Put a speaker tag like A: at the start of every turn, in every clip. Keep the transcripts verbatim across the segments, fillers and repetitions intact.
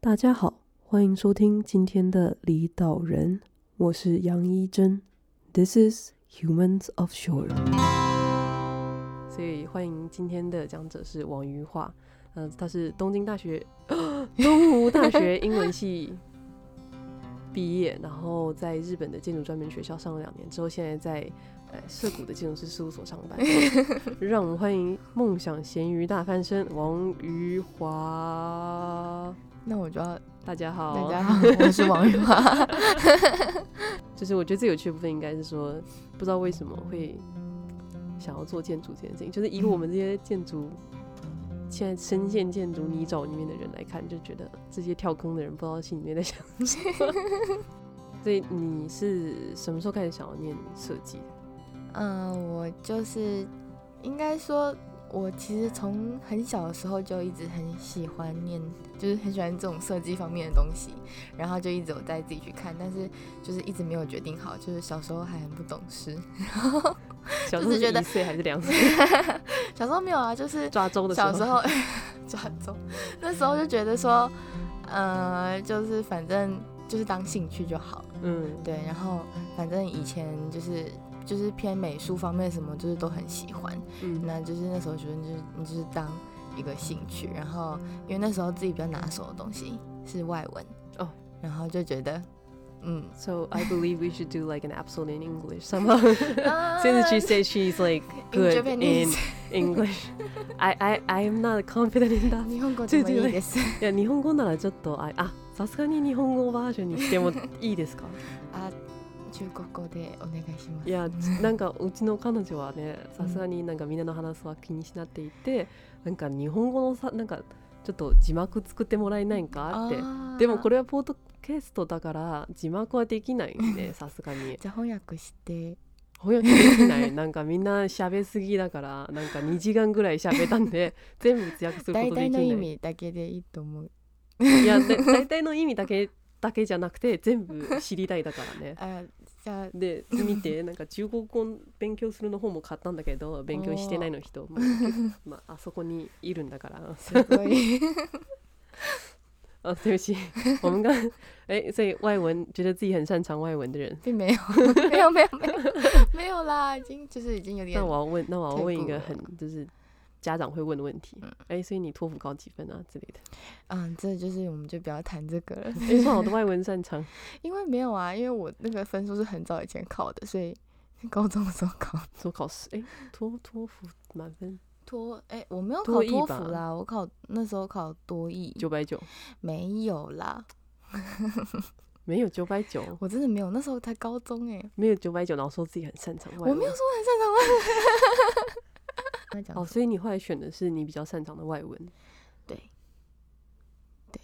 A: 大家好，欢迎收听今天的离岛人，我是杨一真。This is Humans of Shore。所以欢迎今天的讲者是王于化，呃，他是东京大学、东吴大学英文系毕业，然后在日本的建筑专门学校上了两年之后，现在在呃涩谷的建筑师事务所上班。让我们欢迎梦想咸鱼大翻身王于化。
B: 那我就要
A: 大家好，
B: 大家好，我是王于化。
A: 就是我觉得最有趣的部分应该是说，不知道为什么会想要做建筑这件事情，就是以我们这些建筑、嗯、现在深陷建筑泥沼里面的人来看，就觉得这些跳坑的人不知道心里面在想什么。所以你是什么时候开始想要念设计的？
B: 嗯，我就是应该说。我其实从很小的时候就一直很喜欢念，就是很喜欢这种设计方面的东西，然后就一直有在自己去看，但是就是一直没有决定好，就是小时候还很不懂事，然后
A: 小时候是一岁还是两岁？
B: 小时候没有啊，就是
A: 抓周的时候，
B: 小时候抓周，那时候就觉得说，呃，就是反正就是当兴趣就好，嗯，对，然后反正以前就是。就是偏美术方面什么就是都很喜欢，嗯，那就是那时候觉得你就是你就是当一个兴趣，然后因为那时候自己比较拿手的东西是外文哦，然后就觉得嗯
A: So I believe we should do like an episode in English somehow. Since she said she's like good in, in English, I I I am not confident in that.
B: 日本語でもいいです。
A: いや日本語ならちょっとああさすがに日本語バージョンにしてもいいですか？
B: あ中国語でお願いします。
A: いやなんかうちの彼女はねさすがになんかみんなの話は気にしなっていて、なんか日本語のさなんかちょっと字幕作ってもらえないんかって。でもこれはポッドキャストだから字幕はできないんでさすがに。
B: じゃあ翻訳して
A: 翻訳できない。なんかみんな喋すぎだからなんかにじかんぐらい喋ったんで全部通訳することできない。
B: 大体の意味だけでいいと思う。
A: いや大体の意味だけだけじゃなくて全部知りたいだからね。
B: あじゃあ
A: で見てなんか中国語勉強するの方も買ったんだけど勉強してないの人も、まあ、あそこにいるんだから
B: すごい
A: 啊，对不起，我们刚哎，所以外文觉得自己很擅长外文的人，
B: 并没有，没有，没有，没有，没有啦，已经就是已经有点。
A: 那我要问，那我要问一个很就是家长会问的问题，哎、嗯，所以你托福考几分啊之类的？
B: 嗯，这就是我们就不要谈这个了。
A: 为什么我的外文擅长？
B: 因为没有啊，因为我那个分数是很早以前考的，所以高中的时候考
A: 做考试，哎，托托福满分。
B: 托哎，我没有考托福啦，我考那时候考多益
A: 九百九，
B: 没有啦，
A: 没有九百九，
B: 我真的没有，那时候才高中哎、欸，
A: 没有九百九，然后说自己很擅长外文，
B: 我没有说很擅长外文。
A: 哦，所以你后来选的是你比较擅长的外文，
B: 对，对，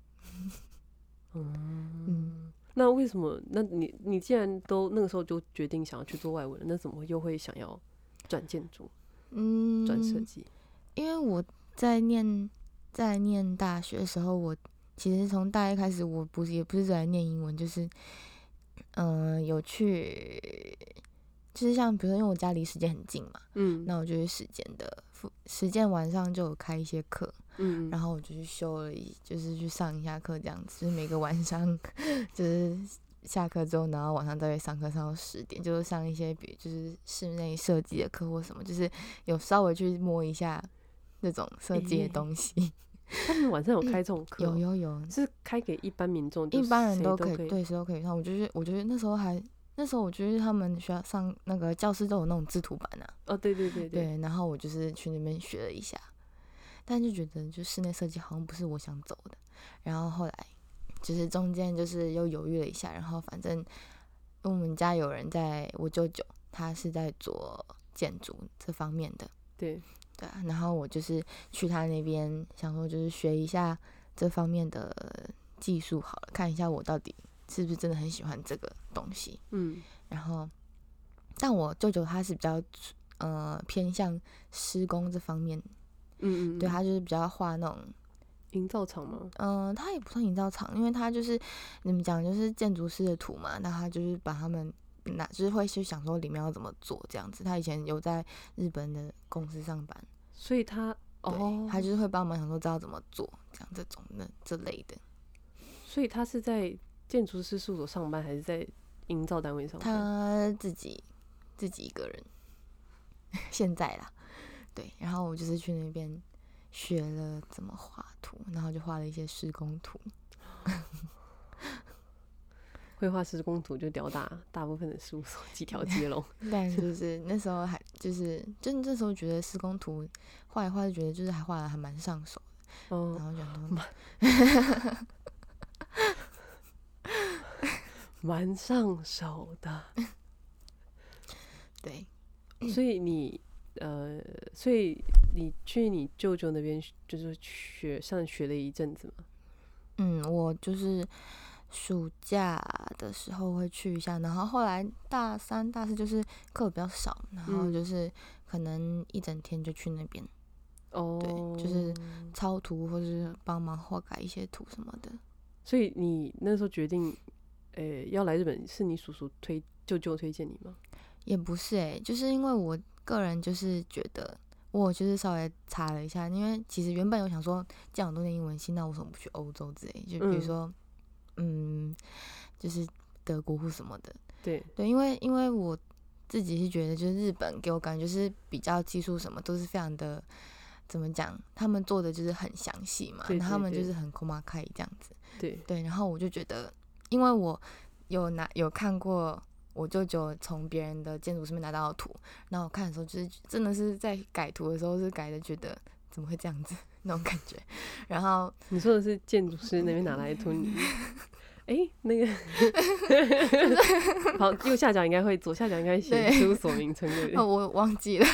A: 嗯嗯，那为什么？那你你既然都那个时候就决定想要去做外文了，那怎么又会想要转建筑？嗯，转设计？
B: 因为我在念在念大学的时候，我其实从大一开始，我不是也不是在念英文，就是嗯、呃、有去。就是像比如说因为我家离实践很近嘛，嗯，那我就去实践的实践晚上就有开一些课，嗯，然后我就去修了一就是去上一下课这样子，就是每个晚上就是下课之后然后晚上再会上课上到十点，就是上一些比如就是室内设计的课或什么，就是有稍微去摸一下那种设计的东西、欸、
A: 他们晚上有开这种课、
B: 有有有
A: 是开给一般民众，
B: 一般人都可以，对，谁都可以上。我觉得我觉得那时候还那时候我觉得他们学校上那个教室都有那种制图板啊，
A: 哦对对对 对,
B: 对，然后我就是去那边学了一下，但就觉得就室内设计好像不是我想走的，然后后来就是中间就是又犹豫了一下，然后反正我们家有人在，我舅舅他是在做建筑这方面的，
A: 对
B: 对啊，然后我就是去他那边想说就是学一下这方面的技术好了，看一下我到底是不是真的很喜欢这个东西，嗯，然后但我舅舅他是比较呃偏向施工这方面，嗯嗯，对，他就是比较画那种
A: 营造厂吗？
B: 嗯、呃，他也不算营造厂，因为他就是你们讲就是建筑师的图嘛，那他就是把他们拿就是会去想说里面要怎么做这样子。他以前有在日本的公司上班，
A: 所以他哦，
B: 他就是会帮忙想说知道怎么做这样这种的这类的。
A: 所以他是在建筑师事务所上班，还是在营造单位上班？
B: 他自己自己一个人，现在啦，对。然后我就是去那边学了怎么画图，然后就画了一些施工图。
A: 绘画施工图就吊打大部分的事务所几条街龙。
B: 但就是那时候还就是就那时候觉得施工图画一画就觉得就是还画的还蛮上手的，哦、然后想说
A: 蛮上手的。
B: 对，
A: 所以你呃，所以你去你舅舅那边就是学上学了一阵子吗？
B: 嗯，我就是暑假的时候会去一下，然后后来大三、大四就是课比较少，然后就是可能一整天就去那边。哦、对，就是抄图或是帮忙画改一些图什么的。
A: 所以你那时候决定，呃、欸，要来日本，是你叔叔推舅舅推荐你吗？
B: 也不是哎、欸，就是因为我个人就是觉得，我就是稍微查了一下，因为其实原本有想说，这样我都念英文系，那我为什么不去欧洲之类？就比如说，嗯，嗯就是德国或什么的。
A: 对
B: 对，因为因为我自己是觉得，就是日本给我感觉就是比较技术什么都是非常的，怎么讲？他们做的就是很详细嘛，然后他们就是很細かい这样子。
A: 对
B: 对，然后我就觉得，因为我有拿有看过。我舅舅从别人的建筑上面拿到的图，然后我看的时候，就是真的是在改图的时候是改的，觉得怎么会这样子那种感觉。然后
A: 你说的是建筑师那边拿来的图，你哎、欸、那个好，右下角应该会，左下角应该写事务所名称对不对？
B: 哦，我忘记了。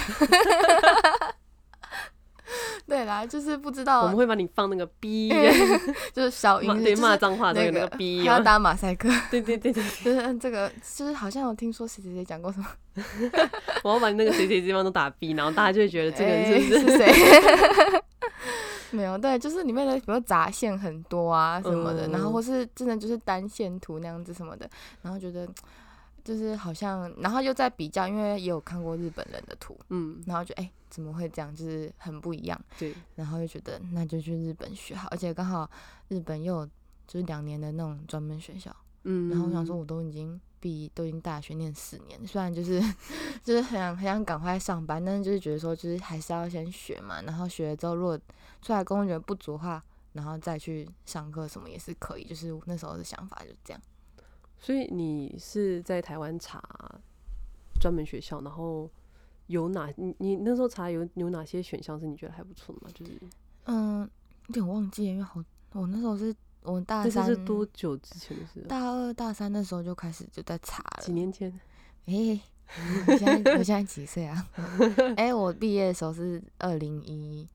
B: 对啦，就是不知道。
A: 我们会把你放那个 B，
B: 就是小音，
A: 对，骂脏话的那个 B，
B: 还要打马赛克。
A: 对对对对，
B: 就是这个，就是好像有听说谁谁谁讲过什么。
A: 我要把你那个谁谁地方都打 B， 然后大家就会觉得这个人是不
B: 是谁？欸没有，对，就是里面的比如杂线很多啊什么的，嗯、然后或是真的就是单线图那样子什么的，然后觉得。就是好像，然后又在比较，因为也有看过日本人的图，嗯，然后就哎、欸、怎么会这样，就是很不一样，
A: 对，
B: 然后就觉得那就去日本学好，而且刚好日本又有就是两年的那种专门学校，嗯，然后我想说我都已经毕都已经大学念四年，虽然就是就是很想很想赶快上班，但是就是觉得说就是还是要先学嘛，然后学了之后如果出来工作觉得不足的话，然后再去上课什么也是可以，就是那时候的想法就是这样。
A: 所以你是在台湾查专门学校，然后有哪你你那时候查有有哪些选项是你觉得还不错的吗？就是
B: 嗯，有点忘记了，因为好我那时候是我大三，
A: 这是多久之前的事？
B: 大二大三的时候就开始就在查了。
A: 几年前？
B: 哎、欸，我现在我现在几岁啊？哎、欸，我毕业的时候是二零一，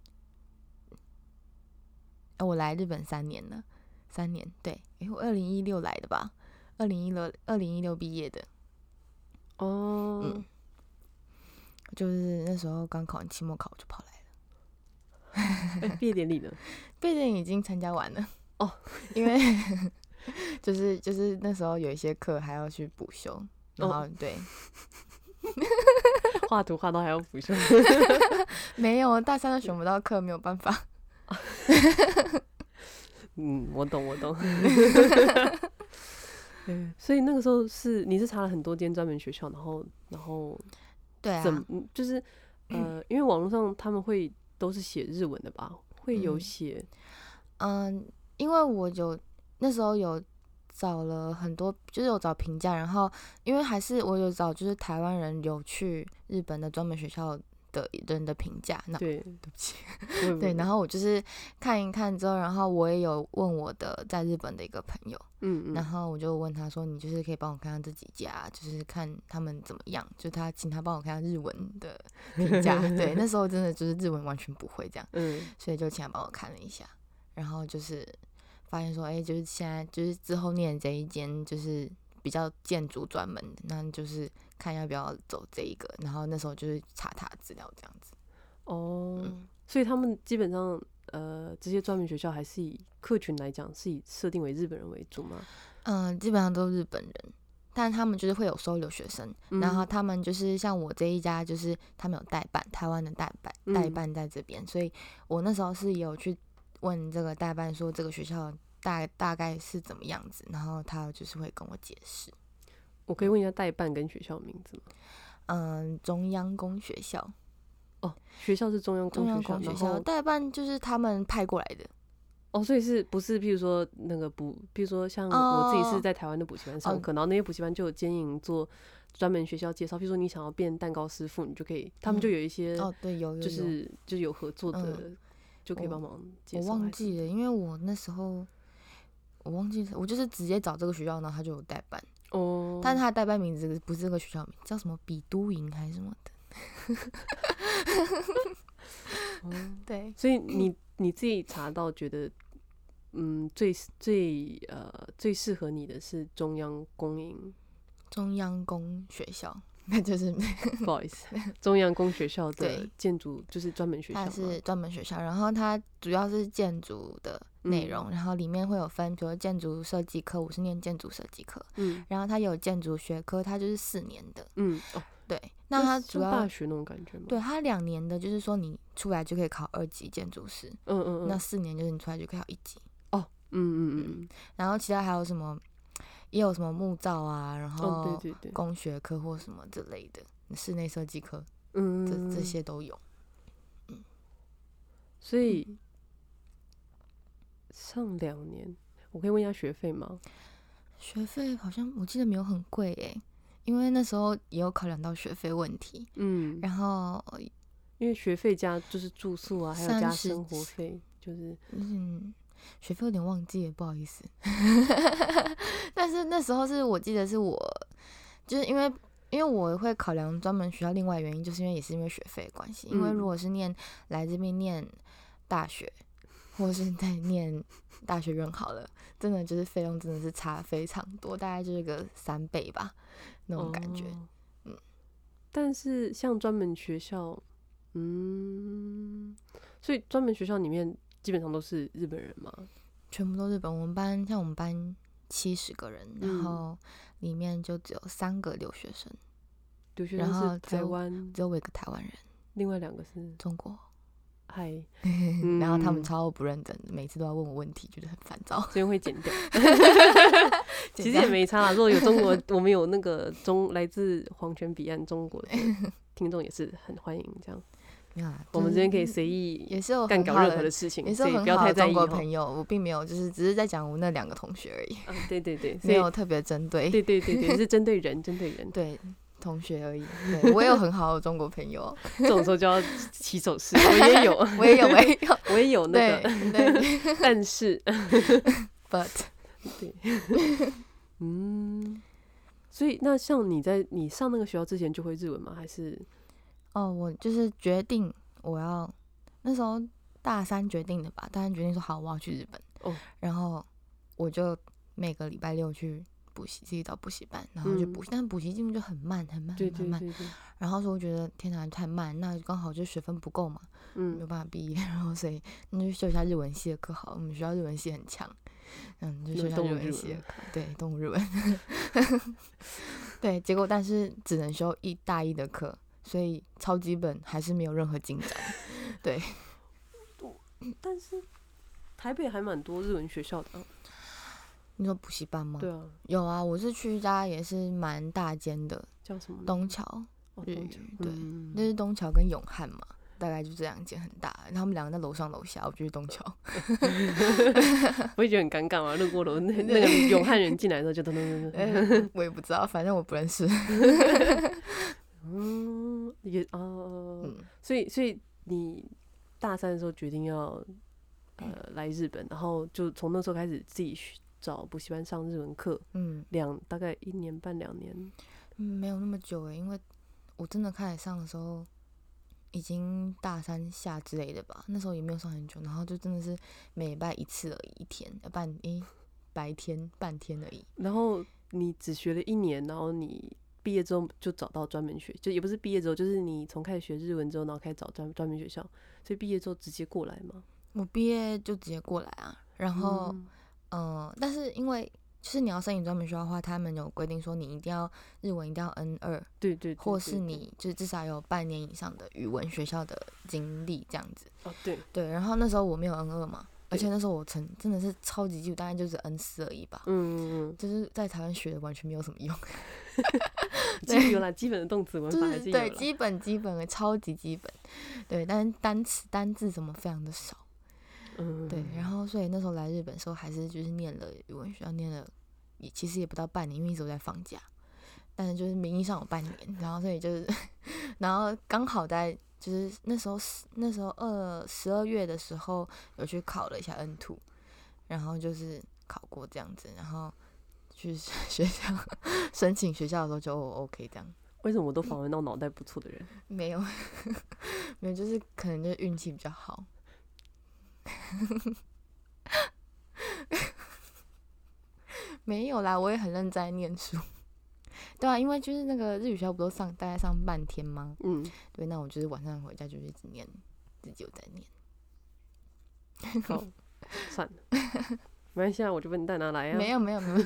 B: 我来日本三年了，三年对，哎、欸，我二零一六来的吧？二零一六二零一六毕业的，哦，嗯，就是那时候刚考完期末考，我就跑来
A: 了。欸、毕业典礼呢？
B: 毕业典礼已经参加完了哦，因为就是就是那时候有一些课还要去补修，然后、哦、对，
A: 画图画到还要补修，
B: 没有，大三都选不到课，没有办法。
A: 嗯，我懂，我懂。对，所以那个时候是你是查了很多间专门学校，然后然后
B: 对啊，
A: 怎就是呃，因为网络上他们会都是写日文的吧，会有写，
B: 嗯、呃，因为我有那时候有找了很多，就是有找评价，然后因为还是我有找就是台湾人有去日本的专门学校的人的评价，那
A: 对，
B: 对不起，对，然后我就是看一看之后，然后我也有问我的在日本的一个朋友，嗯嗯，然后我就问他说，你就是可以帮我看看这几家，就是看他们怎么样，就他请他帮我看看日文的评价，对，那时候真的就是日文完全不会这样，嗯，所以就请他帮我看了一下，然后就是发现说，哎、欸，就是现在就是之后念这一间就是比较建筑专门的，那就是看要不要走这一个，然后那时候就是查他资料这样子。
A: 哦、嗯，所以他们基本上呃这些专门学校还是以客群来讲是以设定为日本人为主吗？
B: 嗯、呃，基本上都是日本人，但他们就是会有收留学生，嗯、然后他们就是像我这一家，就是他们有代办，台湾的代办代办在这边、嗯，所以我那时候是有去问这个代办说这个学校大大概是怎么样子，然后他就是会跟我解释。
A: 我可以问一下代办跟学校名字吗？
B: 嗯，中央公学校。
A: 哦，学校是中央公学校，
B: 中央公学校代办就是他们派过来的。
A: 哦，所以是不是譬如说那个补，譬如说像我自己是在台湾的补习班上课，哦，然后那些补习班就有兼营做专门学校介绍，譬如说你想要变蛋糕师傅，你就可以，他们就有一些，
B: 嗯，哦，对，有有
A: 就是就是有合作的，嗯，就可以帮忙介绍。
B: 我忘记了，因为我那时候我忘记了，我就是直接找这个学校，然后他就有代办。哦，但是他的代办名字不是这个学校名，叫什么比都营还是什么的。
A: 嗯，
B: 对，
A: 所以你你自己查到觉得，嗯，最最呃最适合你的是中央公营，
B: 中央公学校，那就是
A: 不好意思，中央公学校的建筑就是专门学校，
B: 它是专门学校，然后它主要是建筑的内容，嗯，然后里面会有分，比如建筑设计科，我是念建筑设计科，嗯，然后它有建筑学科，它就是四年的，嗯，哦，对。那它主要
A: 大学那种感觉吗？
B: 对，它两年的，就是说你出来就可以考二级建筑师。嗯嗯嗯。那四年就是你出来就可以考一级。
A: 哦，嗯嗯嗯。
B: 然后其他还有什么，也有什么木造啊，然后工学科或什么之类的，室内设计科，嗯，这这些都有。
A: 嗯。所以上两年，我可以问一下学费吗？
B: 学费好像我记得没有很贵诶，欸。因为那时候也有考量到学费问题，嗯，然后
A: 因为学费加就是住宿啊，还有加生活费，就是
B: 嗯，学费有点忘记了，不好意思。但是那时候是我记得是我，就是因为因为我会考量专门学校，另外原因就是因为也是因为学费的关系，因为如果是念来这边念大学，或者是在念大学院好了，真的就是费用真的是差非常多，大概就是个三倍吧。那种感觉，哦，
A: 嗯，但是像专门学校，嗯，所以专门学校里面基本上都是日本人吗？
B: 全部都日本。我们班像我们班七十个人，嗯，然后里面就只有三个留学生，
A: 留学生是台湾，
B: 只有我一个台湾人，
A: 另外两个是
B: 中国。
A: 嗨，
B: 然后他们超不认真，每次都要问我问题，觉得很烦躁。
A: 这边会剪掉，其实也没差啦。如果有中国，我们有那个中来自黄泉彼岸中国的听众，也是很欢迎这样。啊，我们这边可以随意
B: 也是有
A: 干搞任何的事情，
B: 也是有很好的中国朋友。我并没有，就是只是在讲我那两个同学而已。
A: 啊，对对对，
B: 没有特别针对。
A: 对对对对，是针对人，针对人。
B: 对。同学而已，对，我也有很好的中国朋友。
A: 这种时候就要起手势，我也有，
B: 我也有，我也有，
A: 我也有那个，对，但是
B: ，but，
A: 对，嗯，所以那像你在你上那个学校之前就会日文吗？还是？
B: 哦，我就是决定我要那时候大三决定的吧，大三决定说好我要去日本，哦，然后我就每个礼拜六去。补习自己找补习班，然后就补习，嗯，但补习进度就很慢，很慢，很慢。然后说我觉得天哪，太慢，那刚好就学分不够嘛，嗯，没有办法毕业，然后所以那就修一下日文系的课好了。我们学校日文系很强，嗯，就修一下日文系的课，对，动物日文。对，结果但是只能修一大一的课，所以超基本还是没有任何进展。对，
A: 但是台北还蛮多日文学校的。
B: 你说补习班吗？
A: 对啊，
B: 有啊，我是去一家也是蛮大间的，
A: 叫什么？
B: 东桥，
A: 哦，东桥，
B: 对，那，嗯，是东桥跟永汉嘛，大概就这两间很大，他们两个在楼上楼下，我就去东桥。
A: 我会觉得很尴尬嘛，路过楼那那个永汉人进来的时候就噔噔噔噔，
B: 我也不知道，反正我不认识。
A: 嗯，也啊，呃嗯，所以所以你大三的时候决定要呃来日本，然后就从那时候开始自己学。找补习班上日文课，嗯，两大概一年半两年，
B: 嗯，没有那么久诶，因为我真的开始上的时候已经大三下之类的吧，那时候也没有上很久，然后就真的是每礼拜一次而已，一天半诶、欸、白天半天而已。
A: 然后你只学了一年，然后你毕业之后就找到专门学，就也不是毕业之后，就是你从开始学日文之后，然后开始找专专门学校，所以毕业之后直接过来吗？
B: 我毕业就直接过来啊，然后。嗯嗯，但是因为就是你要申请专门学校的话，他们有规定说你一定要日文一定要 N 二，
A: 对 对, 对, 对, 对，
B: 或是你就是至少有半年以上的语文学校的经历这样子。
A: 哦，对
B: 对，然后那时候我没有 N 二嘛， 而且那时候我成真的是超级基础，大概就是 N 四而已吧。
A: 嗯嗯嗯，
B: 就是在台湾学的完全没有什么用。
A: 基有啦，基本的动词文法还是有啦。
B: 对，基本基本的超级基本。对，但是单词单字什么非常的少。
A: 嗯，
B: 对，然后所以那时候来日本的时候，还是就是念了语文学校，念了也其实也不到半年，因为一直都在放假。但是就是名义上有半年，然后所以就是，然后刚好在就是那时候那时候二十二月的时候有去考了一下 N 二，然后就是考过这样子，然后去学校申请学校的时候就 OK 这样。
A: 为什么我都访问到脑袋不错的人？
B: 没有，没有，就是可能就是运气比较好。没有啦，我也很认真在念书。对啊，因为就是那个日语学校不都上大概上半天吗？嗯，对，那我就是晚上回家就一直念，自己有在念。
A: 好，算了，没关系啊，我就问你带拿来啊。
B: 没有没有没有。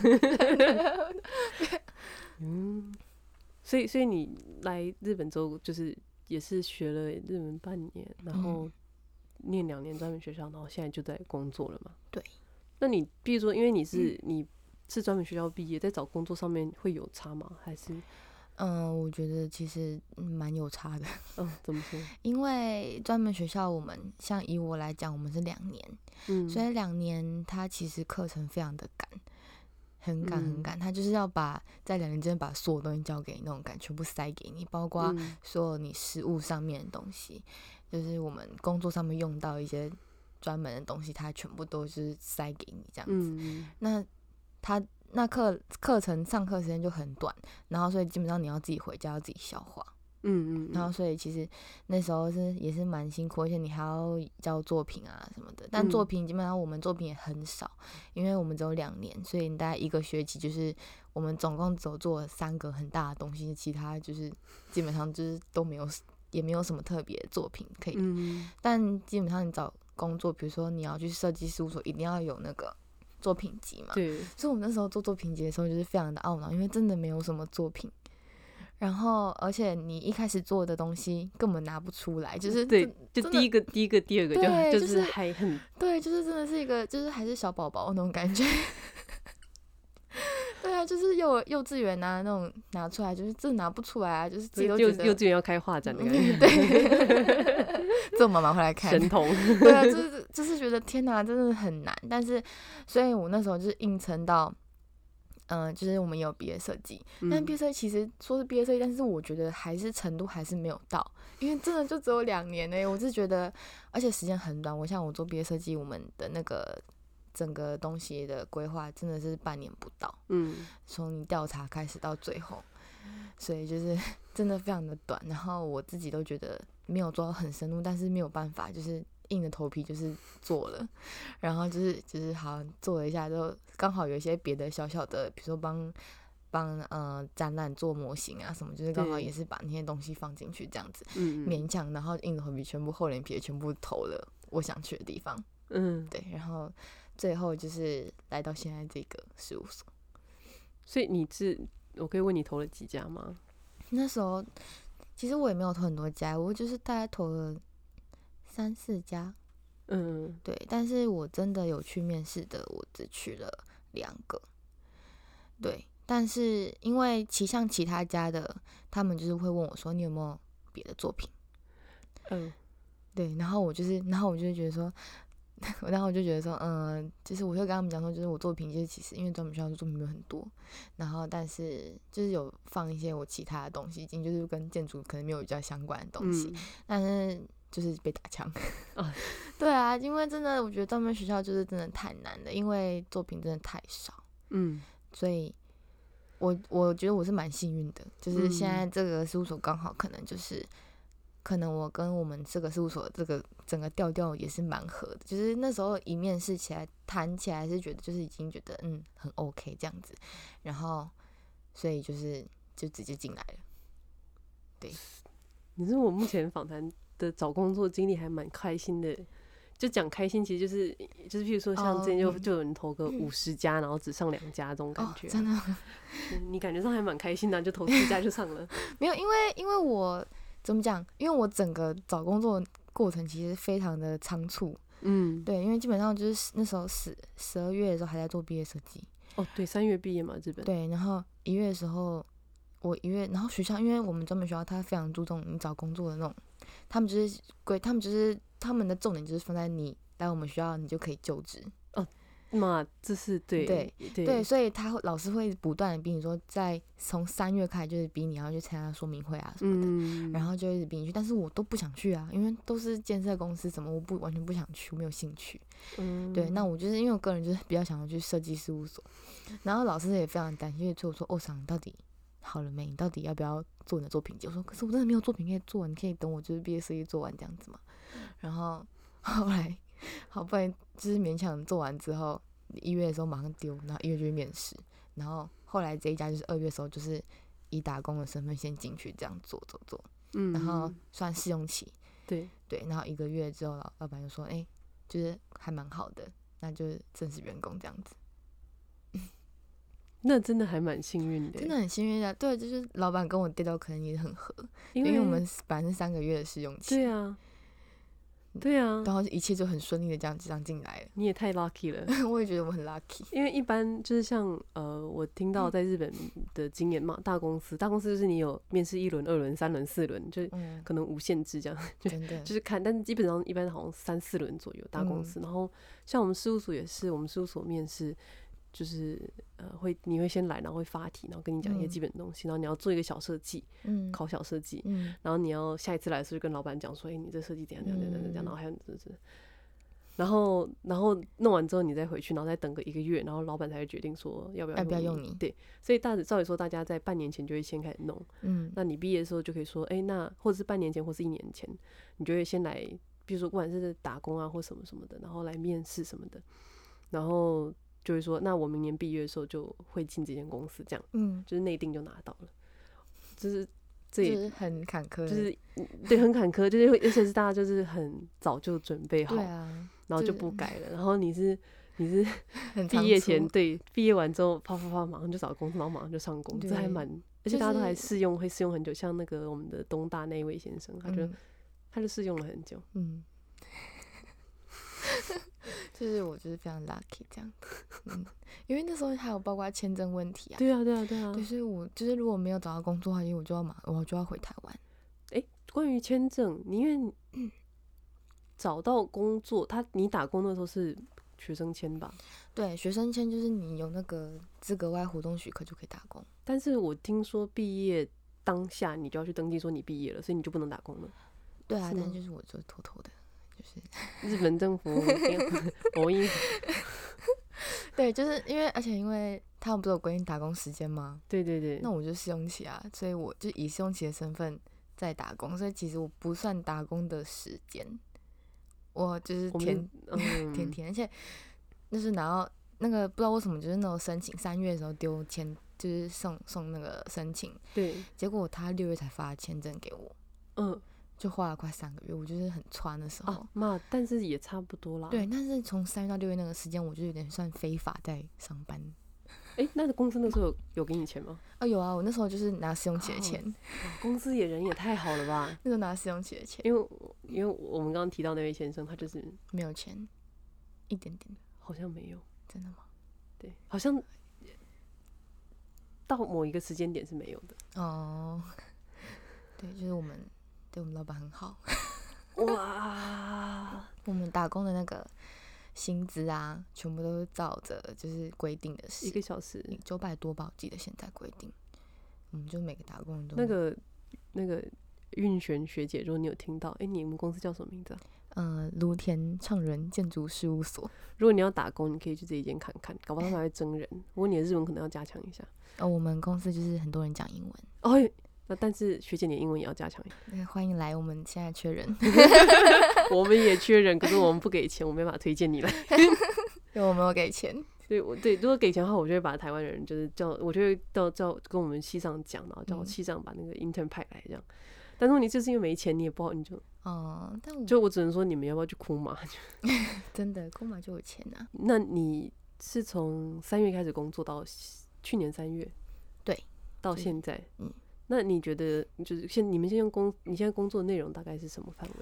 A: 嗯，所以所以你来日本之后，就是也是学了日文半年，然后念两年专门学校，然后现在就在工作了嘛？
B: 对。
A: 那你比如说，因为你是、嗯、你是专门学校毕业，在找工作上面会有差吗？还是？
B: 嗯、呃，我觉得其实蛮有差的。
A: 嗯，怎么说？
B: 因为专门学校，我们像以我来讲，我们是两年，嗯，所以两年它其实课程非常的赶，很赶很赶，它就是要把在两年之间把所有东西交给你那种感，全部塞给你，包括所有你实务上面的东西，就是我们工作上面用到一些专门的东西，它全部都是塞给你这样子。嗯、那它那课课程上课时间就很短，然后所以基本上你要自己回家要自己消化。嗯嗯，然后所以其实那时候是也是蛮辛苦，而且你还要交作品啊什么的。但作品基本上我们作品也很少，因为我们只有两年，所以大概一个学期就是我们总共只有做了三个很大的东西，其他就是基本上就是都没有，也没有什么特别的作品可以。嗯、但基本上你找工作，比如说你要去设计事务所，一定要有那个作品集嘛。对。所以我们那时候做作品集的时候，就是非常的懊恼，因为真的没有什么作品。然后，而且你一开始做的东西根本拿不出来，就是
A: 对，就第一个、第一个、第二个就就是还很
B: 对，就是真的是一个，就是还是小宝宝那种感觉。对啊，就是幼幼稚园啊那种拿出来，就是真的拿不出来啊，就是自己都觉得
A: 幼稚园要开画展的感觉。
B: 对，这我妈妈会来看
A: 神童。
B: 对啊，就是就是觉得天哪，真的很难。但是，所以我那时候就是硬撑到。嗯、呃，就是我们也有毕业设计，但毕业设计其实说是毕业设计，但是我觉得还是程度还是没有到，因为真的就只有两年呢。我是觉得，而且时间很短。我像我做毕业设计，我们的那个整个东西的规划真的是半年不到，嗯，从你调查开始到最后，所以就是真的非常的短。然后我自己都觉得没有做到很深入，但是没有办法，就是硬着头皮就是做了，然后就是就是好做了一下之后，刚好有一些别的小小的，比如说帮帮呃展览做模型啊什么，就是刚好也是把那些东西放进去这样子，嗯，勉强，然后硬着头皮全部厚脸皮全部投了我想去的地方，嗯，对，然后最后就是来到现在这个事务所。
A: 所以你是我可以问你投了几家吗？
B: 那时候其实我也没有投很多家，我就是大概投了三四家，嗯，对，但是我真的有去面试的，我只去了两个，对，但是因为其像其他家的，他们就是会问我说你有没有别的作品，嗯，对，然后我就是，然后我就觉得说，然后我就觉得说，嗯、呃，就是我会跟他们讲说，就是我作品就是其实因为专门学校的作品没有很多，然后但是就是有放一些我其他的东西进，就是跟建筑可能没有比较相关的东西，嗯、但是。就是被打枪，哦、对啊，因为真的，我觉得专门学校就是真的太难了，因为作品真的太少，嗯，所以我我觉得我是蛮幸运的，就是现在这个事务所刚好可能就是，可能我跟我们这个事务所这个整个调调也是蛮合的，就是那时候一面试起来谈起来是觉得就是已经觉得嗯很 OK 这样子，然后所以就是就直接进来了，对，
A: 你是我目前访谈的找工作经历还蛮开心的，就讲开心，其实就是就是，譬如说像之前就、oh, 就有人投个五十家，然后只上两家这种感觉、啊 oh, 真的，你感觉上还蛮开心的、啊，就投四家就上了。
B: 没有，因为因为我怎么讲？因为我整个找工作过程其实非常的仓促， 嗯，对，因为基本上就是那时候十十二月的时候还在做毕业设计。
A: 哦，对，三月毕业嘛，日本。
B: 对，然后一月的时候，我一月，然后学校，因为我们专门学校，它非常注重你找工作的那种，他们就是规，他们就是他们的重点就是放在你来我们学校，你就可以就职。
A: 哦，嘛，这是对
B: 对
A: 对
B: 对，所以他会老师会不断的逼你说，在从三月开始就是逼你要去参加说明会啊什么的，嗯、然后就一直逼你去，但是我都不想去啊，因为都是建设公司什么，我不完全不想去，我没有兴趣。嗯，对，那我就是因为我个人就是比较想要去设计事务所，然后老师也非常担心，所以我说，哦，桑你到底好了没？你到底要不要做你的作品集？我说，可是我真的没有作品可以做，你可以等我就是毕业设计做完这样子嘛。然后后来好不容易就是勉强做完之后。一月的时候马上丢，然后一月就去面试，然后后来这一家就是二月的时候就是以打工的身份先进去这样做做做，嗯，然后算试用期，
A: 对
B: 对，然后一个月之后老老板就说，哎、欸，就是还蛮好的，那就是正式员工这样子。
A: 那真的还蛮幸运的，
B: 真的很幸运的，对，就是老板跟我调调可能也很合，因为, 因为我们本来是三个月的试用期，
A: 对啊。对啊，
B: 然后一切就很顺利的这样这样进来了。
A: 你也太 lucky 了，
B: 我也觉得我很 lucky。
A: 因为一般就是像呃，我听到在日本的经验嘛，大公司，大公司就是你有面试一轮、二轮、三轮、四轮，就可能无限制这样，嗯、
B: 真的
A: 就是看，但是基本上一般好像三四轮左右大公司。嗯、然后像我们事务所也是，我们事务所面试。就是呃会你会先来，然后会发题，然后跟你讲一些基本的东西，嗯、然后你要做一个小设计，嗯，考小设计，嗯，然后你要下一次来的时候就跟老板讲说，哎、欸，你这设计怎样怎样怎样怎样，然后还有这这，然后然后弄完之后你再回去，然后再等个一个月，然后老板才会决定说要不要
B: 要不要用你，
A: 对，所以大照理说大家在半年前就会先开始弄，嗯，那你毕业的时候就可以说，哎、欸，那或者是半年前或是一年前，你就会先来，比如说不管是打工啊或什么什么的，然后来面试什么的，然后。就会说，那我明年毕业的时候就会进这间公司，这样，嗯，就是内定就拿到了，就是这也
B: 就是很坎坷，
A: 就是对很坎坷，就是而且是大家就是很早就准备好，
B: 对啊，
A: 然后就不改了，然后你是你是毕业前对毕业完之后啪啪啪马上就找工作，然后马上就上工，这还蛮，而且大家都还试用，会试用很久，像那个我们的东大那一位先生，他就、嗯、他就试用了很久，嗯。
B: 就是我就是非常 lucky 这样子，嗯，因为那时候还有包括签证问题啊，
A: 对啊对啊对啊，
B: 对，所以我就是如果没有找到工作的话，因为我就要马我就要回台湾。
A: 哎、欸，关于签证，你因为、嗯、找到工作，他你打工的时候是学生签吧？
B: 对，学生签就是你有那个资格外活动许可就可以打工。
A: 但是我听说毕业当下你就要去登记说你毕业了，所以你就不能打工了。
B: 对啊，但是就是我就偷偷的。
A: 日本政府我应
B: 对，就是因为而且因为他们不是有规定打工时间吗？
A: 对对对，
B: 那我就试用期啊，所以我就以试用期的身份在打工，所以其实我不算打工的时间，我就是填填填，而且就是拿到那个不知道为什么就是那种申请三月的时候丢签，就是送送那个申请，
A: 对，
B: 结果他六月才发签证给我，嗯。就花了快三个月，我就是很穿的时候，
A: 啊妈，但是也差不多啦。
B: 对，但是从三月到六月那个时间，我就有点算非法在上班。
A: 哎、欸，那公司那时候有有给你钱吗？
B: 啊，有啊，我那时候就是拿试用期的钱。
A: 哦、公司也人也太好了吧？
B: 那时候拿试用期的钱，
A: 因为因为我们刚刚提到那位先生，他就是
B: 没有钱，一点点，
A: 好像没有。
B: 真的吗？
A: 对，好像到某一个时间点是没有的。
B: 哦，对，就是我们。对我们老板很好，
A: 哇！
B: 我们打工的那个薪资啊，全部都是照着就是规定的事，
A: 一个小时
B: 九百多吧，我记得现在规定。我们就每个打工人都
A: 那个那个运璇学姐，如果你有听到，哎、欸，你们公司叫什么名字啊？
B: 呃，芦田畅人建筑事务所。
A: 如果你要打工，你可以去这一间看看，搞不好他们还会征人。不过你的日文可能要加强一下。
B: 哦，我们公司就是很多人讲英文。
A: 哦。那但是学姐你的英文也要加强一
B: 下。欢迎来，我们现在缺人。
A: 我们也缺人，可是我们不给钱，我没办法推荐你来。
B: 对，我没有给钱。
A: 对，我对，如果给钱的话，我就会把台湾人就是叫，我就会到叫跟我们系上讲，然后叫我系上把那个 intern 派来这样。嗯、但是问题就是因为没钱，你也不好，你就哦、嗯，但我就我只能说你们要不要去库马？
B: 真的，库马就有钱啊。
A: 那你是从三月开始工作到去年三月？
B: 对，
A: 到现在，嗯。那你觉得就是现你们现在工你现在工作的内容大概是什么范围？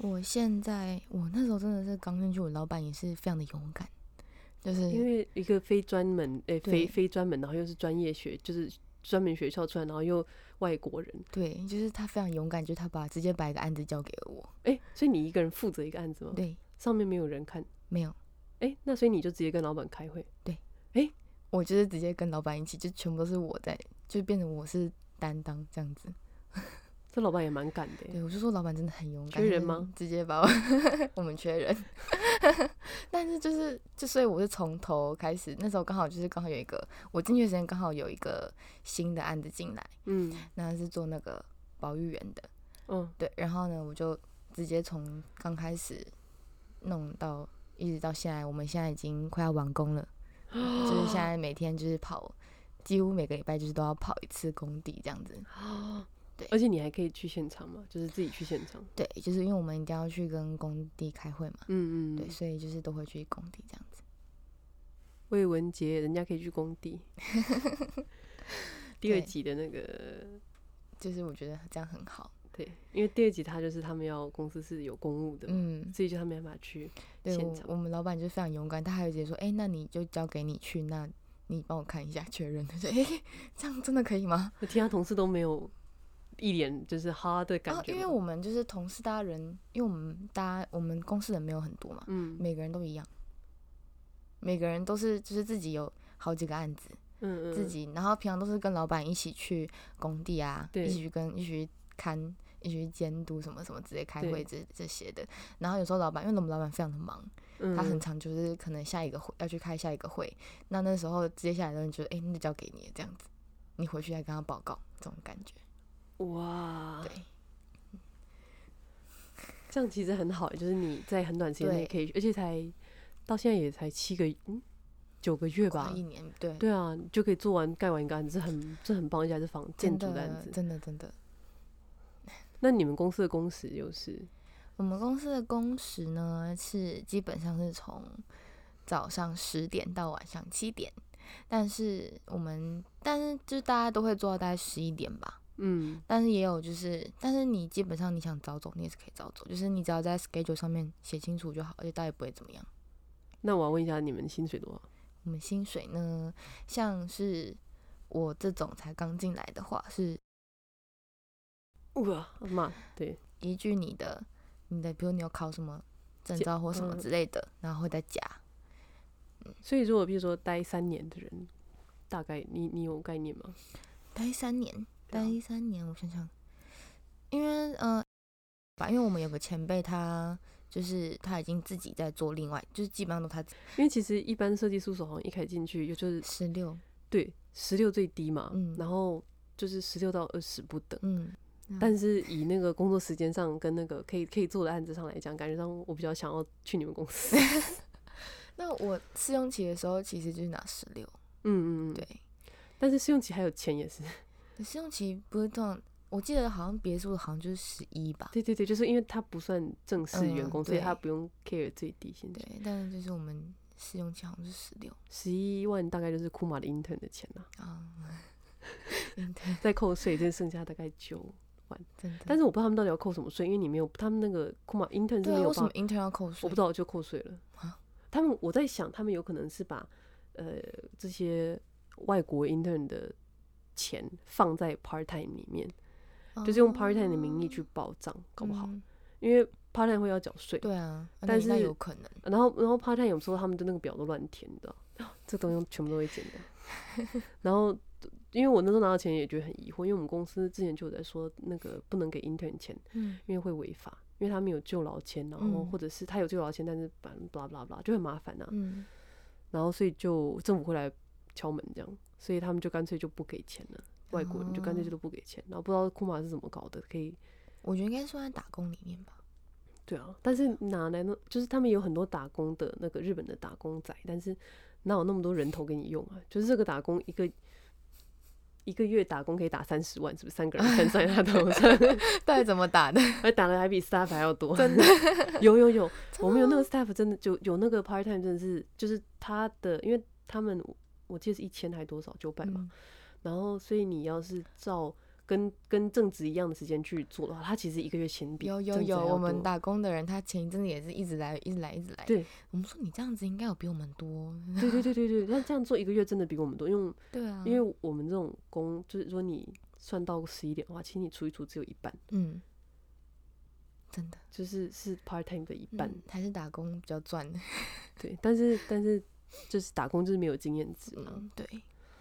B: 我现在我那时候真的是刚进去，我老板也是非常的勇敢，就是
A: 因为一个非专门诶、欸、
B: 对
A: 非非专门，然后又是专业学，就是专门学校出来，然后又外国人，
B: 对，就是他非常勇敢，就是他把直接把一个案子交给了我。
A: 哎、欸，所以你一个人负责一个案子吗？
B: 对，
A: 上面没有人看，
B: 没有。
A: 哎、欸，那所以你就直接跟老板开会？
B: 对，
A: 哎、欸，
B: 我就是直接跟老板一起，就全部都是我在，就变成我是担当这样子。
A: 这老板也蛮敢的。
B: 对，我就说老板真的很勇敢。
A: 缺人吗？
B: 直接把我我们缺人，但是就是就所以我是从头开始，那时候刚好就是刚好有一个我进去的时间刚好有一个新的案子进来，嗯，那是做那个保育员的，嗯，对，然后呢我就直接从刚开始弄到一直到现在，我们现在已经快要完工了，就是现在每天就是跑，几乎每个礼拜就是都要跑一次工地这样子。对，
A: 而且你还可以去现场嘛，就是自己去现场。
B: 对，就是因为我们一定要去跟工地开会嘛，嗯嗯，对，所以就是都会去工地这样子。
A: 魏文杰，人家可以去工地。第二集的那个，
B: 就是我觉得这样很好。
A: 对，因为第二集他就是他们要公司是有公务的，嗯，所以就他没办法去现场。
B: 对，我们老板就非常勇敢，他还有直接说，哎、欸，那你就交给你去，那你帮我看一下确认。他说，哎、欸，这样真的可以吗？
A: 我其他同事都没有。一脸就是哈的感觉、
B: 啊，因为我们就是同事，大家人，因为我们大家我们公司人没有很多嘛，嗯，每个人都一样，每个人都是就是自己有好几个案子，嗯嗯，自己，然后平常都是跟老板一起去工地啊，一起去跟一起去看，一起去监督什么什么之类开会这这些的。然后有时候老板，因为我们老板非常的忙，嗯、他很常就是可能下一个会要去开下一个会，那那时候接下来的人就哎、欸，那就交给你这样子，你回去再跟他报告这种感觉。
A: 哇，
B: 对，
A: 这样其实很好，就是你在很短时间内可以，而且才到现在也才七个嗯九个月吧，
B: 一年，对
A: 对啊，就可以做完盖完一个案子，很这很棒，而且还是房建筑的案子，
B: 真的真的。
A: 那你们公司的工时又是？
B: 我们公司的工时呢是基本上是从早上十点到晚上七点。但是我们，但是就是大家都会做到大概十一点吧，嗯，但是也有就是，但是你基本上你想早走，你也是可以早走，就是你只要在 schedule 上面写清楚就好，而且大家也不会怎么样。
A: 那我要问一下，你们薪水多少？
B: 我们薪水呢，像是我这种才刚进来的话是，
A: 哇妈，对，
B: 依据你的你的，比如你有考什么证照或什么之类的，嗯、然后会再加。
A: 所以如果比如说待三年的人，大概你你有概念吗？
B: 待三年，待三年，我想想，因为呃，因为我们有个前辈，他就是他已经自己在做另外，就是基本上都他。
A: 因为其实一般设计事务所好像一开始进去就是
B: 十六，
A: 对，十六最低嘛，嗯，然后就是十六到二十不等，嗯。但是以那个工作时间上跟那个可以可以做的案子上来讲，感觉上我比较想要去你们公司。
B: 那我试用期的时候其实就是拿十六，
A: 嗯嗯嗯，对。但是试用期还有钱也是。
B: 试用期不是通常，我记得好像别墅好像就是十一吧。
A: 对对对，就是因为他不算正式员工，嗯、所以他不用 care 最低薪水。
B: 对，但是就是我们试用期好像是十六，
A: 十一万大概就是库玛的 intern 的钱啦、啊。
B: 嗯，
A: 再扣税，真剩下大概九万。真的。但是我不知道他们到底要扣什么税，因为你没有他们那个库玛 intern 是没有办法。
B: 为什么 intern 要扣税？
A: 我不知道，就扣税了。啊他们我在想，他们有可能是把呃这些外国 intern 的钱放在 part time 里面，哦、就是用 part time 的名义去报账，搞不好，嗯、因为 part time 会要缴税。
B: 对啊，
A: 但是
B: 有可能。
A: 然后然后 part time 有时候他们的那个表都乱填的，这东西全部都会剪掉。然后因为我那时候拿到钱也觉得很疑惑，因为我们公司之前就有在说那个不能给 intern 钱，嗯、因为会违法。因为他们有就劳签，然后或者是他有就劳签，但是巴拉巴拉巴拉就很麻烦啊。嗯、然后所以就政府会来敲门这样，所以他们就干脆就不给钱了。外国人就干脆就都不给钱，然后不知道库玛是怎么搞的，可以。
B: 我觉得应该算在打工里面吧。
A: 对啊，但是哪来呢？就是他们有很多打工的那个日本的打工仔，但是哪有那么多人头给你用啊？就是这个打工一个。一个月打工可以打三十万，是不是三个人分在他头上？
B: 到底怎么打的？
A: 而打的还比 staff 还要多，
B: 真的
A: 有有有，我们有那个 staff 真的就有那个 part time 真的是就是他的，因为他们我记得是一千还多少九百嘛，嗯、然后所以你要是照跟跟正职一样的时间去做的话，他其实一个月钱比
B: 有有
A: 正职还
B: 有，
A: 要
B: 我们
A: 多
B: 打工的人，他前一阵子也是一直来，一直来，一直来。
A: 对，
B: 我们说你这样子应该有比我们多。
A: 对对对对对，那这样做一个月真的比我们多，因为
B: 对啊，
A: 因为我们这种工，就是说你算到十一点的话，其实你除一除只有一半，
B: 嗯，真的
A: 就是是 part time 的一半，
B: 嗯、还是打工比较赚。
A: 对，但是但是就是打工就是没有经验值嘛，
B: 嗯，对，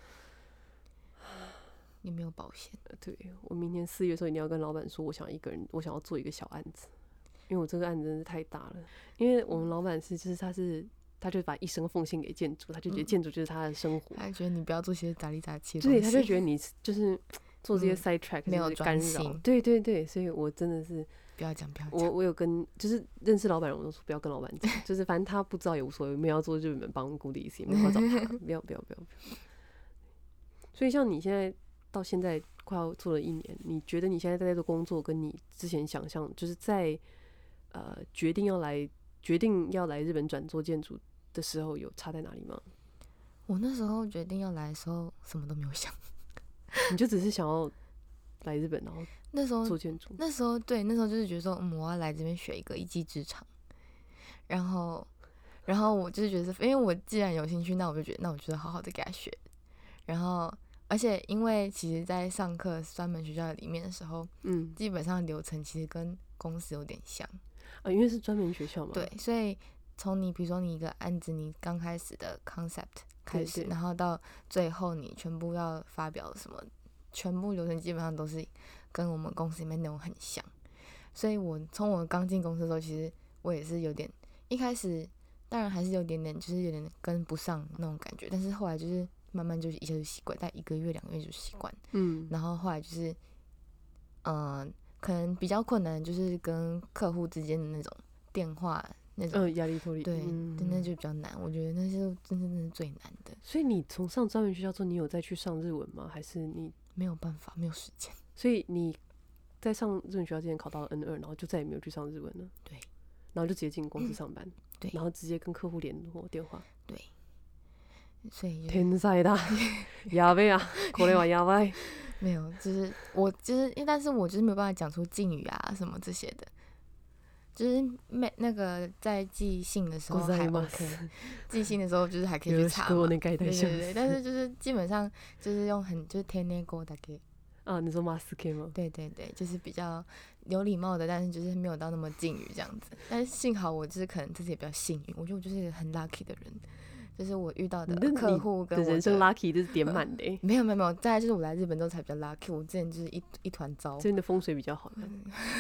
B: 也没有保险。
A: 对，我明年四月的时候一定要跟老板说，我想一个人，我想要做一个小案子，因为我这个案子真的是太大了。因为我们老板是，就是他是，他就把一生奉献给建筑，他就觉得建筑就是他的生活，
B: 他觉得你不要做些杂里杂气的东西，
A: 对，他就觉得你就是做这些 side track、
B: 嗯、没有
A: 干扰，对对对，所以我真的是
B: 不要讲，不要讲。
A: 我我有跟就是认识老板人，我都说不要跟老板讲，就是反正他不知道也无所谓，没有要做就你们帮顾的意思，也没有要找他，不要不要不要不要。所以像你现在到现在快要做了一年，你觉得你现在在这工作跟你之前想象，就是在呃决定要来决定要来日本转做建筑的时候，有差在哪里吗？
B: 我那时候决定要来的时候，什么都没有想，
A: 你就只是想要来日本，然后
B: 那时候
A: 做建筑。
B: 那时候对，那时候就是觉得说，嗯，我要来这边学一个一技之长，然后，然后我就是觉得，因为我既然有兴趣，那我就觉得，那我就好好的给他学。然后，而且因为其实，在上课专门学校里面的时候，嗯，基本上流程其实跟公司有点像
A: 啊，因为是专门学校嘛。
B: 对，所以从你比如说你一个案子，你刚开始的 concept 开始，然后到最后你全部要发表什么，全部流程基本上都是跟我们公司里面内容很像。所以我从我刚进公司的时候，其实我也是有点一开始，当然还是有点点，就是有点跟不上那种感觉，但是后来就是慢慢就是一下就习惯，大概一个月两个月就习惯。嗯，然后后来就是，嗯、呃，可能比较困难就是跟客户之间的那种电话那种，
A: 嗯，压力脱离，
B: 对，
A: 嗯，
B: 那就比较难。我觉得那些真的是最难的。
A: 所以你从上专门学校之后，你有再去上日文吗？还是你
B: 没有办法，没有时间？
A: 所以你在上日文学校之前考到了 N 二，然后就再也没有去上日文了。
B: 对，
A: 然后就直接进公司上班。
B: 嗯、对，
A: 然后直接跟客户联络电话。
B: 对。所以、就是、
A: 天才だやべえ啊これはやばい
B: 没有，就是我就是但是我就是没有办法讲出敬语啊什么这些的，就是没那个在寄信的时候还 OK， 寄信的时候就是还可以去查嘛，对对对，但是就是基本上就是用很就是天然語だけ
A: 啊，你说マスケ吗？
B: 对对对，就是比较有礼貌的，但是就是没有到那么敬语这样子。但是幸好我就是可能自己也比较幸运，我觉得我就是一个很 lucky 的人。就是我遇到的客户跟我的
A: 人生 lucky 就是点满的、欸。
B: 没有没有没有，再来就是我来日本之后才比较 lucky。我之前就是一一团糟。
A: 这边的风水比较好的。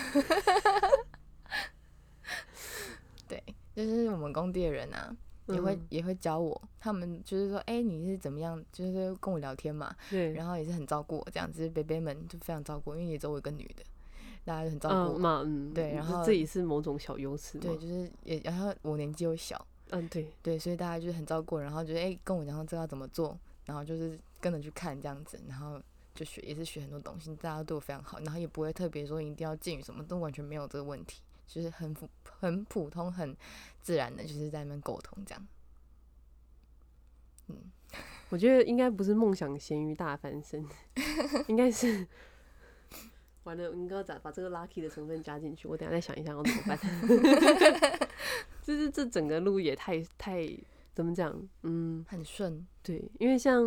B: 对，就是我们工地的人啊，也会、嗯、也会教我，他们就是说，哎、欸，你是怎么样，就是跟我聊天嘛。对。然后也是很照顾我，这样子，北北们就非常照顾我，因为也只有我一个女的，大家就很照顾我嘛。嗯，对，然后
A: 这也是某种小优势。
B: 对，就是也，然后我年纪又小。
A: 嗯，对
B: 对，所以大家就是很照顾，然后觉得哎、欸，跟我讲说这要怎么做，然后就是跟着去看这样子，然后就学，也是学很多东西，大家对我非常好，然后也不会特别说一定要敬语什么，都完全没有这个问题，就是很普很普通很自然的，就是在那边沟通这样。
A: 嗯，我觉得应该不是梦想咸鱼大翻身，应该是。完了，我应该要把这个 lucky 的成分加进去。我等一下再想一下要怎么办。就是这整个路也太太怎么讲？嗯，
B: 很顺。对，
A: 因为像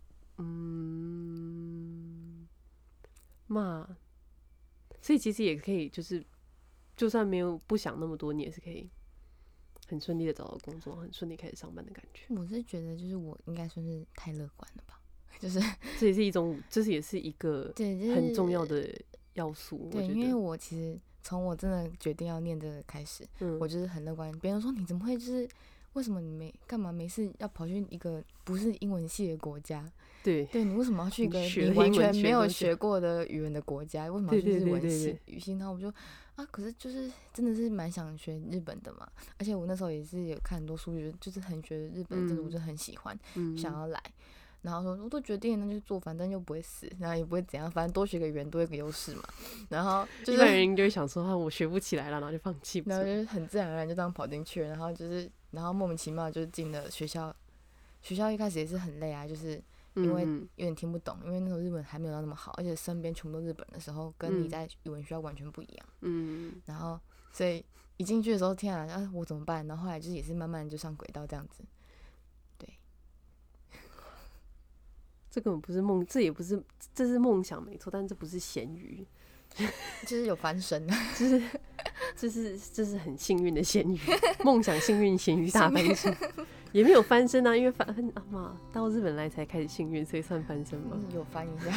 A: 嗯嘛，所以其实也可以，就是就算没有不想那么多，你也是可以很顺利的找到工作，很顺利开始上班的感觉。
B: 我是觉得，就是我应该算是太乐观了吧？就是
A: 这也是一种，这是也是一个很重要的要素。
B: 对，因为我其实从我真的决定要念这个开始，嗯、我就是很乐观。别人说你怎么会就是为什么你没干嘛没事要跑去一个不是英文系的国家？
A: 对，
B: 对你为什么要去一个你完全没有学过的语言的国家？为什么要去日文系语系？然后我就啊，可是就是真的是蛮想学日本的嘛。而且我那时候也是有看很多书，就是很觉得日本真的我就很喜欢，嗯、想要来。然后说我都决定了，那就做，反正又不会死，然后也不会怎样，反正多学个语言多一个优势嘛。然后、就是、
A: 一般人就会想说，啊，我学不起来了，然后就放弃。
B: 然后就是很自然而然就这样跑进去了，然后就是，然后莫名其妙就进了学校。学校一开始也是很累啊，就是因为有点听不懂，因为那时候日本还没有到那么好，而且身边全部都日本的时候，跟你在语文学校完全不一样。嗯，然后所以一进去的时候，天啊，啊我怎么办？然后后来就是也是慢慢就上轨道这样子。对，
A: 这根本不是梦，这也不是，这是梦想没错，但这不是咸鱼，
B: 就是有翻身，
A: 就是这是这是很幸运的咸鱼，梦想幸运咸鱼大翻身。也没有翻身啊，因为翻啊嘛，到日本来才开始幸运，所以算翻身吗？
B: 有翻一下。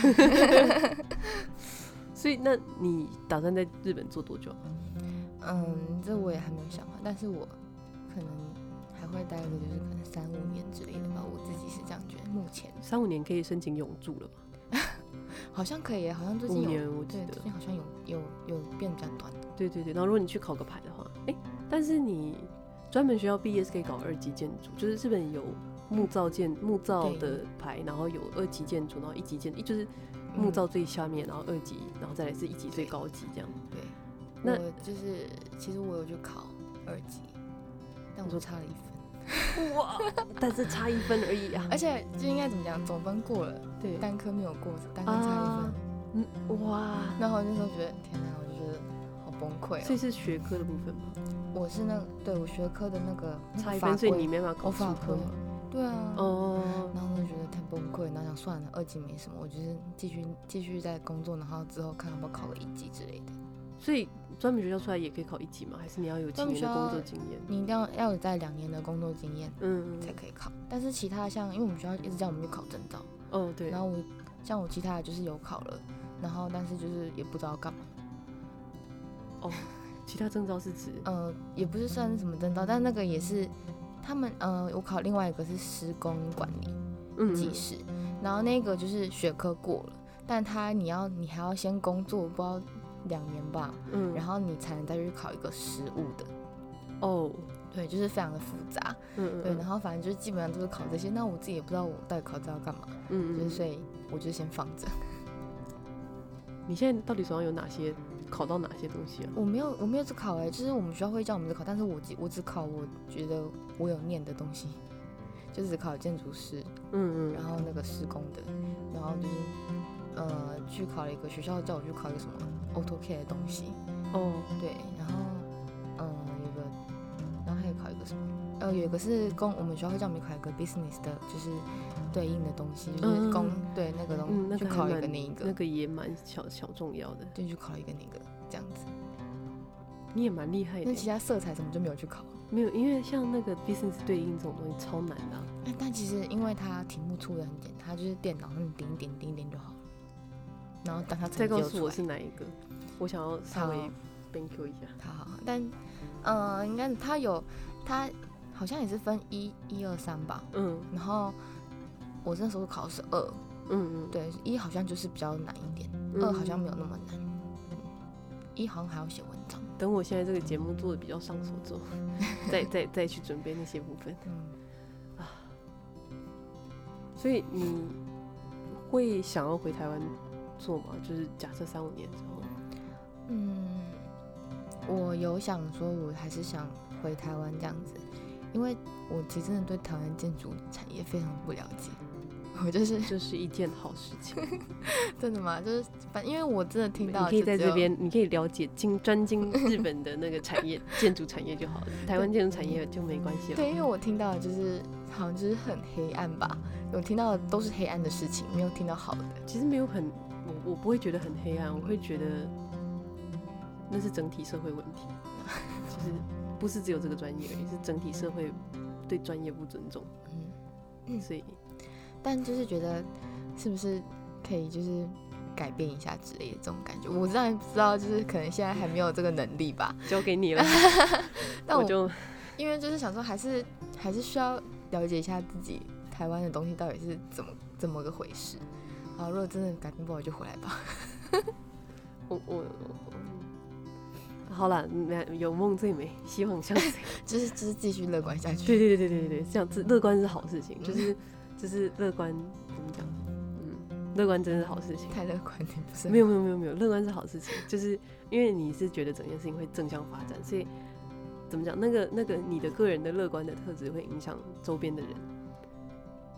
A: 所以，那你打算在日本做多久？
B: 嗯，这我也还没有想好，但是我可能还会待个就是可能三五年之类的吧，我自己是这样觉得。目前
A: 三五年可以申请永住了吧？
B: 好像可以，好像最近有，
A: 五年我记得，
B: 对，最近好像有有有变比较短。
A: 对对对，然后如果你去考个牌的话，哎、欸，但是你专门学校毕业是可以搞二级建筑，就是日本有木造建木造的牌，然后有二级建筑，然后一级建，就是木造最下面，然后二级，然后再来是一级最高级这样。
B: 对，那我就是其实我有去考二级，但我差了一分。
A: 哇！但是差一分而已啊！
B: 而且就应该怎么讲，总分过了，对，单科没有过，单科差一分。啊、
A: 嗯，哇！
B: 然后我那时候觉得，天哪，我就觉得好崩溃、喔。
A: 所以是学科的部分吗？
B: 我是那个，对我学科的那个
A: 差一分，所以你没办法考数科吗？
B: 对啊。哦。然后我就觉得太崩溃，然后想算了，二级没什么，我就是继续继续在工作，然后之后看有没有考个一级之类的。
A: 所以专门学校出来也可以考一级吗？还是你要有几年的工作经验？
B: 你一定要要有在两年的工作经验，嗯，才可以考。但是其他像，因为我们学校一直叫我们去考证照，
A: 哦对。
B: 然后我像我其他的就是有考了，然后但是就是也不知道干嘛。
A: 哦，其他证照是指？
B: 呃，也不是算是什么证照，但那个也是他们呃，我考另外一个是施工管理技师，嗯、然后那个就是学科过了，但他你要你还要先工作，不知道。两年吧，嗯，然后你才能再去考一个实务的，哦，对，就是非常的复杂，嗯, 嗯，对，然后反正就是基本上都是考这些，那我自己也不知道我到底考这要干嘛，嗯, 嗯，就是所以我就先放着。
A: 你现在到底手上有哪些考到哪些东西啊？
B: 我没有，我没有只考哎、欸，就是我们学校会叫我们只考，但是我我只考我觉得我有念的东西，就只考建筑师，嗯嗯，然后那个施工的，然后就是。呃，去考了一个学校叫我去考一个什么 AutoCAD 的东西，哦，对，然后嗯、呃、有个，然后还有考一个什么，呃有一个是公我们学校会叫我们考一个 business 的，就是对应的东西，就是公、嗯、对那个东西、嗯那個、去考一个那一个，
A: 那个也蛮小小重要的，
B: 对，去考一个那个这样子。
A: 你也蛮厉害的。
B: 那其他色彩什么就没有去考。
A: 没有，因为像那个 business 对应这种东西超难的、啊。
B: 但其实因为它题目出的很简单，它就是电脑上顶一点顶一点就好了。然后当他
A: 再告诉我是哪一个，我想要稍微 thank you 一下。
B: 好好好，但呃，应该他有他好像也是分一、一二三吧。嗯。然后我那时候考的是二。嗯嗯。对，一好像就是比较难一点，二、嗯、好像没有那么难。一好像还要写文章。
A: 等我现在这个节目做的比较上手之后，再再再去准备那些部分。嗯。啊。所以你会想要回台湾？做嘛，就是假设三五年之后，
B: 嗯，我有想说，我还是想回台湾这样子，因为我其实真的对台湾建筑产业非常不了解，我就是
A: 这是一件好事情，
B: 真的吗？就是反因为我真的听到，
A: 你可以在这边，你可以了解精专精日本的那个产业，建筑产业就好了，台湾建筑产业就没关系了。
B: 对，因为我听到的就是好像就是很黑暗吧，我听到的都是黑暗的事情，没有听到好的。
A: 其实没有很。我, 我不会觉得很黑暗，我会觉得那是整体社会问题，就是不是只有这个专业而已，是整体社会对专业不尊重。嗯，所以，
B: 但就是觉得是不是可以就是改变一下之类的这种感觉，我当然知道，就是可能现在还没有这个能力吧，
A: 交给你了。
B: 但我就因为就是想说，还是还是需要了解一下自己台湾的东西到底是怎么怎么个回事。好，如果真的改变不好就回来吧。
A: 我我好啦，有梦最美，希望相随。
B: 就是就是继续乐观下去。
A: 对对对对对对，这样子乐观是好事情，就是就是乐观怎么讲？嗯，乐观真是好事情。
B: 太乐观你不是？
A: 没有没有没有没有，乐观是好事情，就是因为你是觉得整件事情会正向发展，所以怎么讲？那个那个你的个人的乐观的特质会影响周边的人。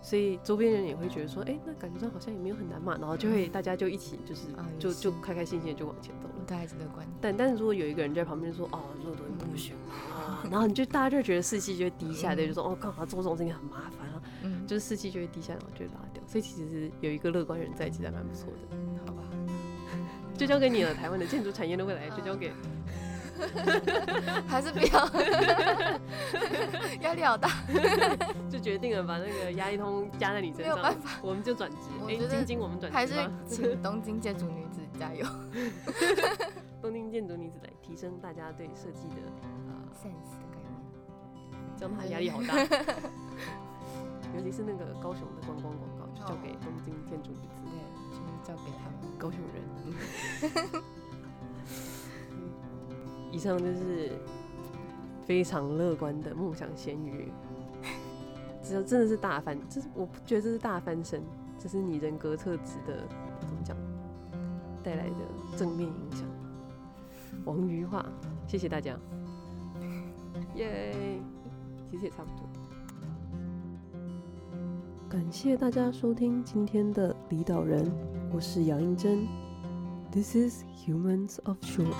A: 所以周边人也会觉得说，哎、欸，那感觉上好像也没有很难嘛，然后就会大家就一起就是、啊、就就开开心心的就往前走了。
B: 大概是乐观。
A: 但但是如果有一个人在旁边说，哦，这个东西不行啊，嗯、然后你就大家就觉得士气就会低下，对、嗯，就说哦，干嘛做这种事情很麻烦啊，嗯，就是士气就会低下，然后就会拉掉。所以其实有一个乐观人在，其实还蛮不错的。
B: 嗯，好吧，
A: 就交给你了，台湾的建筑产业的未来就交给。
B: 还是不要，压力好大，
A: 就决定了把那个压力通加在你身上，没有办法，我们就转职。哎，晶晶，我们转职吧，
B: 还是请东京建筑女子加油。
A: 东京建筑女子来提升大家对设计的
B: 呃 sense 的概念，
A: 这样他压力好大。尤其是那个高雄的观光广告，就交给东京建筑女子，
B: 对，就是交给他们
A: 高雄人。以上就是非常乐观的梦想咸鱼，这真的是大翻，这是我不觉得这是大翻身，这是你人格特质的怎么讲带来的正面影响。王鱼话，谢谢大家，耶！其实也差不多。感谢大家收听今天的离岛人，我是杨英珍 ，This is Humans of Shore。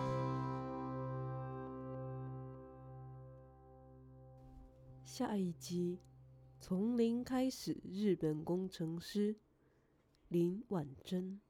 A: 下一集，从零开始，日本工程师林婉珍。